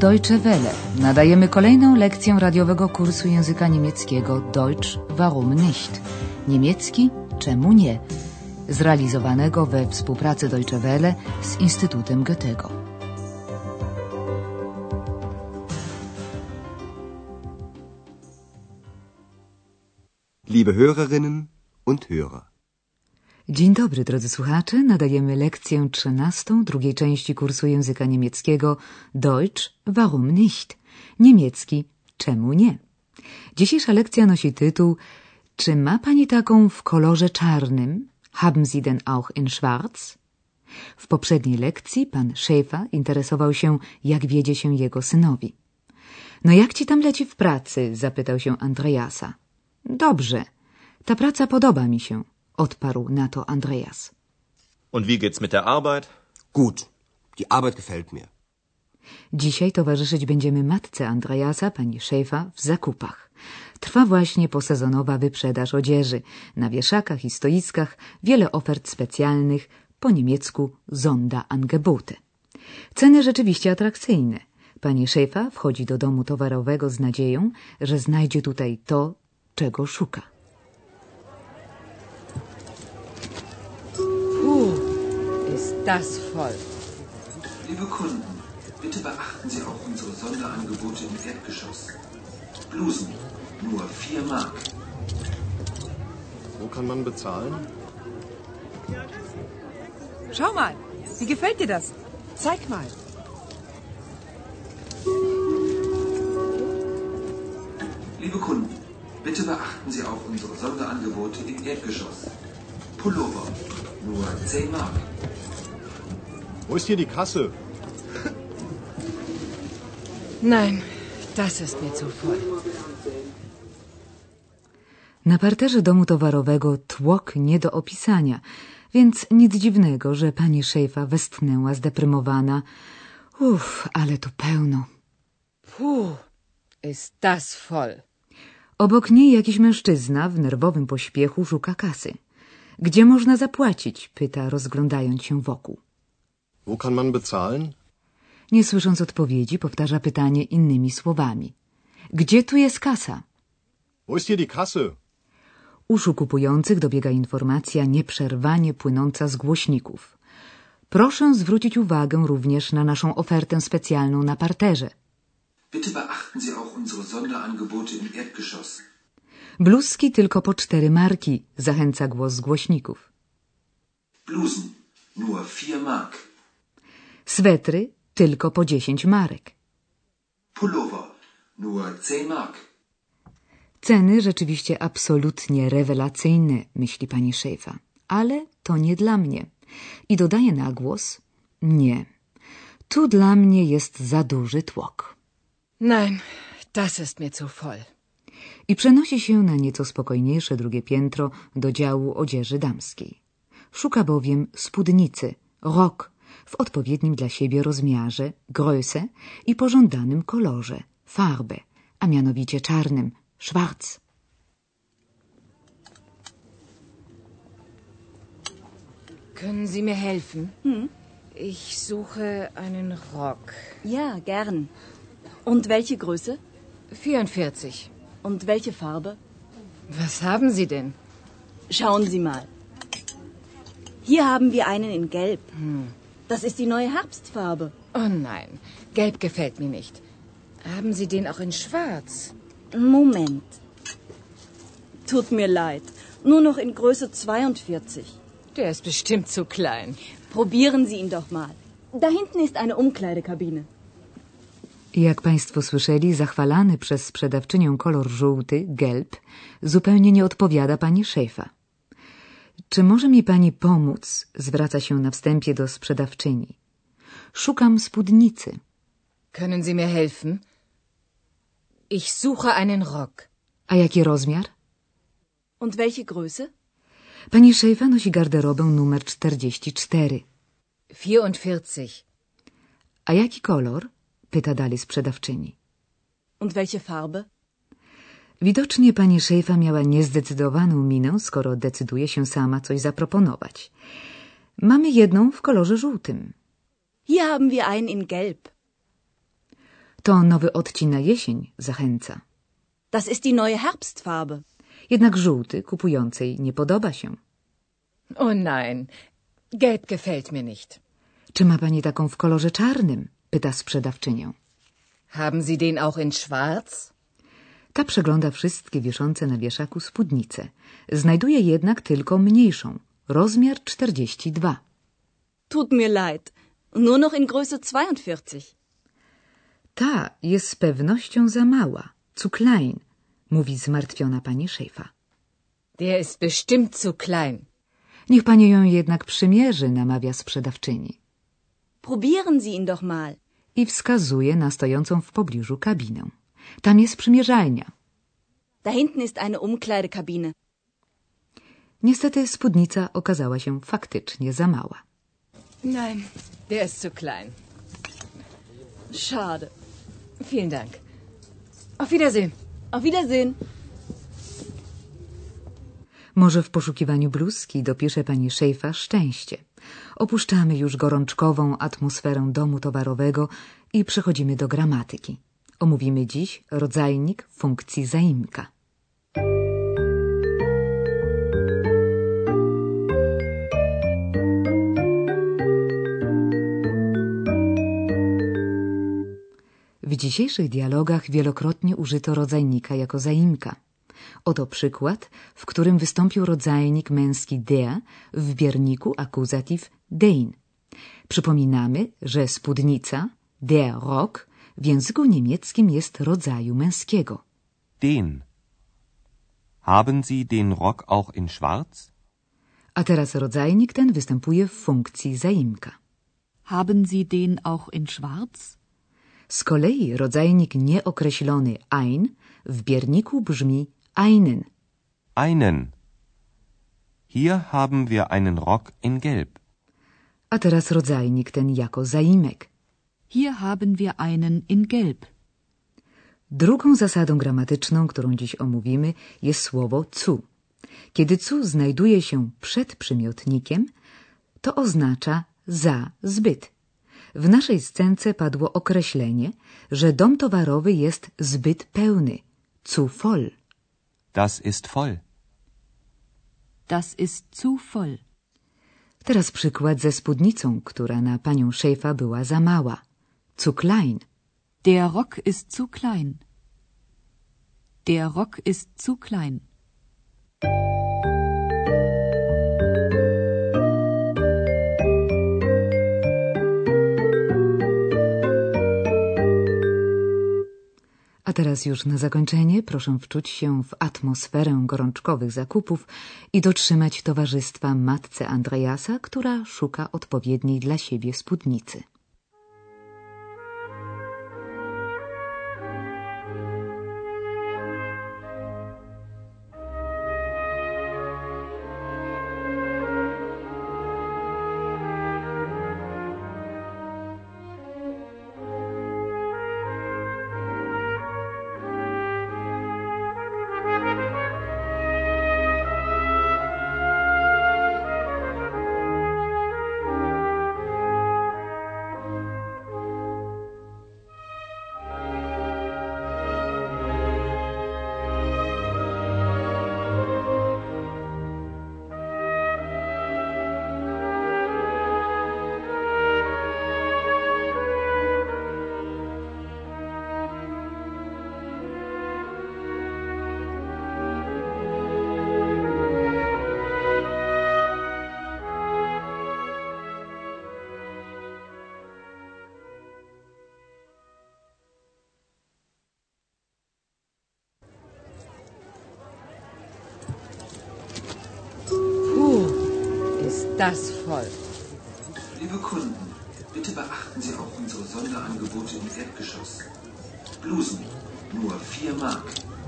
Deutsche Welle. Nadajemy kolejną lekcję radiowego kursu języka niemieckiego Deutsch, warum nicht? Niemiecki, czemu nie? Zrealizowanego we współpracy Deutsche Welle z Instytutem Goethego. Liebe Hörerinnen und Hörer. Dzień dobry, drodzy słuchacze. Nadajemy lekcję 13 drugiej części kursu języka niemieckiego Deutsch, warum nicht? Niemiecki, czemu nie? Dzisiejsza lekcja nosi tytuł Czy ma pani taką w kolorze czarnym? Haben Sie denn auch in schwarz? W poprzedniej lekcji pan Schäfer interesował się, jak wiedzie się jego synowi. No jak ci tam leci w pracy? Zapytał się Andreasa. Dobrze, ta praca podoba mi się, odparł na to Andreas. Und wie geht's mit der Arbeit? Gut, die Arbeit gefällt mir. Dzisiaj towarzyszyć będziemy matce Andreasa, pani Schäfer, w zakupach. Trwa właśnie posezonowa wyprzedaż odzieży. Na wieszakach i stoiskach wiele ofert specjalnych, po niemiecku Sonderangebote. Ceny rzeczywiście atrakcyjne. Pani Schäfer wchodzi do domu towarowego z nadzieją, że znajdzie tutaj to, czego szuka. Ist das voll. Liebe Kunden, bitte beachten Sie auch unsere Sonderangebote im Erdgeschoss. Blusen, nur 4 Mark. Wo kann man bezahlen? Schau mal, wie gefällt dir das? Zeig mal. Liebe Kunden, bitte beachten Sie auch unsere Sonderangebote im Erdgeschoss. Pullover, nur 10 Mark. Wo ist hier die Kasse? Nein, das ist mir zu voll. Na parterze domu towarowego tłok nie do opisania, więc nic dziwnego, że pani Schäfer westchnęła zdeprymowana. Ale tu pełno. Ist das voll. Obok niej jakiś mężczyzna w nerwowym pośpiechu szuka kasy. Gdzie można zapłacić? Pyta, rozglądając się wokół. Wo kann man bezahlen? Nie słysząc odpowiedzi, powtarza pytanie innymi słowami. Gdzie tu jest kasa? Wo ist hier die Kasse? Uszu kupujących dobiega informacja nieprzerwanie płynąca z głośników. Proszę zwrócić uwagę również na naszą ofertę specjalną na parterze. Bitte beachten Sie auch unsere Sonderangebote im Erdgeschoss. Bluzki tylko po 4 marki, zachęca głos z głośników. Blusen, nur 4 Mark. Swetry tylko po 10 marek. Pullover, nur 10 Mark. Ceny rzeczywiście absolutnie rewelacyjne, myśli pani Schäfer. Ale to nie dla mnie. I dodaje na głos, nie, tu dla mnie jest za duży tłok. Nein, das ist mir zu voll. I przenosi się na nieco spokojniejsze drugie piętro do działu odzieży damskiej. Szuka bowiem spódnicy, rok, w odpowiednim dla siebie rozmiarze, Größe i pożądanym kolorze, Farbe, a mianowicie czarnym, schwarz. Können Sie mir helfen? Ich suche einen Rock. Ja, gern. Und welche Größe? 44. Und welche Farbe? Was haben Sie denn? Schauen Sie mal. Hier haben wir einen in Gelb. Das ist die neue Herbstfarbe. Oh nein, gelb gefällt mir nicht. Haben Sie den auch in schwarz? Moment. Tut mir leid. Nur noch in Größe 42. Der ist bestimmt zu klein. Probieren Sie ihn doch mal. Da hinten ist eine Umkleidekabine. Jak państwo słyszeli, zachwalany przez sprzedawczynię kolor żółty, gelb, zupełnie nie odpowiada pani Schäfer. Czy może mi pani pomóc? Zwraca się na wstępie do sprzedawczyni. Szukam spódnicy. Können Sie mir helfen? Ich suche einen Rock. A jaki rozmiar? Und welche Größe? Pani Schäfer nosi garderobę numer 44. 44. A jaki kolor? Pyta dalej sprzedawczyni. Und welche Farbe? Widocznie pani Schäfer miała niezdecydowaną minę, skoro decyduje się sama coś zaproponować. Mamy jedną w kolorze żółtym. Hier haben wir einen in Gelb. To nowy odcień na jesień zachęca. Das ist die neue Herbstfarbe. Jednak żółty kupującej nie podoba się. Oh nein, gelb gefällt mir nicht. Czy ma pani taką w kolorze czarnym? Pyta sprzedawczynią. Haben Sie den auch in schwarz? Ta przegląda wszystkie wiszące na wieszaku spódnice. Znajduje jednak tylko mniejszą, rozmiar 42. Tut mir leid. Nur noch in Größe 42. Ta jest z pewnością za mała, zu klein, mówi zmartwiona pani Schaefer. Der ist bestimmt zu klein. Niech pani ją jednak przymierzy, namawia sprzedawczyni. Probieren Sie ihn doch mal. I wskazuje na stojącą w pobliżu kabinę. Tam jest przymierzalnia. Da hinten ist eine Umkleidekabine. Niestety spódnica okazała się faktycznie za mała. Nein, der ist zu klein. Schade. Vielen Dank. Auf Wiedersehen. Auf Wiedersehen. Może w poszukiwaniu bluzki dopisze pani Schaefer szczęście. Opuszczamy już gorączkową atmosferę domu towarowego i przechodzimy do gramatyki. Omówimy dziś rodzajnik funkcji zaimka. W dzisiejszych dialogach wielokrotnie użyto rodzajnika jako zaimka. Oto przykład, w którym wystąpił rodzajnik męski der w bierniku akuzatyw den. Przypominamy, że spódnica, der Rock, w języku niemieckim jest rodzaju męskiego. Den. Haben Sie den Rock auch in schwarz? A teraz rodzajnik ten występuje w funkcji zaimka. Haben Sie den auch in schwarz? Z kolei rodzajnik nieokreślony ein w bierniku brzmi einen. Einen. Hier haben wir einen Rock in gelb. A teraz rodzajnik ten jako zaimek. Hier haben wir einen in gelb. Drugą zasadą gramatyczną, którą dziś omówimy, jest słowo zu. Kiedy zu znajduje się przed przymiotnikiem, to oznacza za, zbyt. W naszej scence padło określenie, że dom towarowy jest zbyt pełny, zu voll. Das ist voll. Das ist zu voll. Teraz przykład ze spódnicą, która na panią Schaefer była za mała, zu klein. Der Rock ist zu klein. Der Rock ist zu klein. A teraz już na zakończenie proszę wczuć się w atmosferę gorączkowych zakupów i dotrzymać towarzystwa matce Andreasa, która szuka odpowiedniej dla siebie spódnicy. Das voll. Liebe Kunden, bitte beachten Sie auch unsere Sonderangebote im Erdgeschoss. Blusen, nur 4 Mark.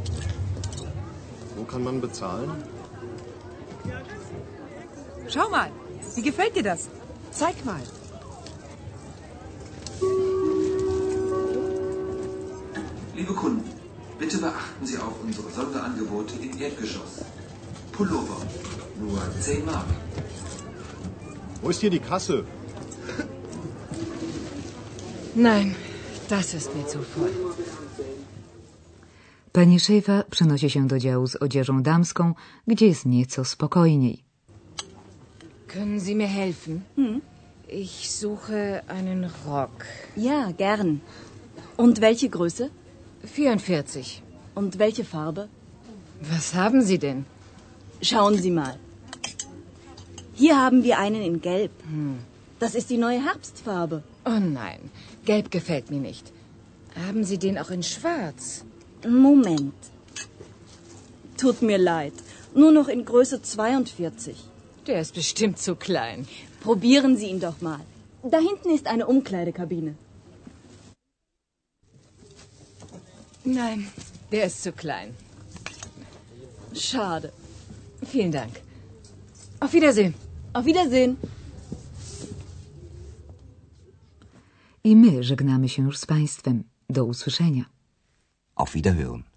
Wo kann man bezahlen? Schau mal, wie gefällt dir das? Zeig mal. Liebe Kunden, bitte beachten Sie auch unsere Sonderangebote im Erdgeschoss. Pullover, nur 10 Mark. Wo ist hier die Kasse? Nein, Das ist mir zu voll. Pani Schäfer przenosi się do działu z odzieżą damską, gdzie jest nieco spokojniej. Können Sie mir helfen? Ich suche einen Rock. Ja, gern. Und welche Größe? 44. Und welche Farbe? Was haben Sie denn? Schauen Sie mal. Hier haben wir einen in Gelb. Das ist die neue Herbstfarbe. Oh nein, Gelb gefällt mir nicht. Haben Sie den auch in Schwarz? Moment. Tut mir leid. Nur noch in Größe 42. Der ist bestimmt zu klein. Probieren Sie ihn doch mal. Da hinten ist eine Umkleidekabine. Nein, der ist zu klein. Schade. Vielen Dank. Auf Wiedersehen. Auf Wiedersehen. I my żegnamy się już z Państwem. Do usłyszenia. Auf Wiederhören.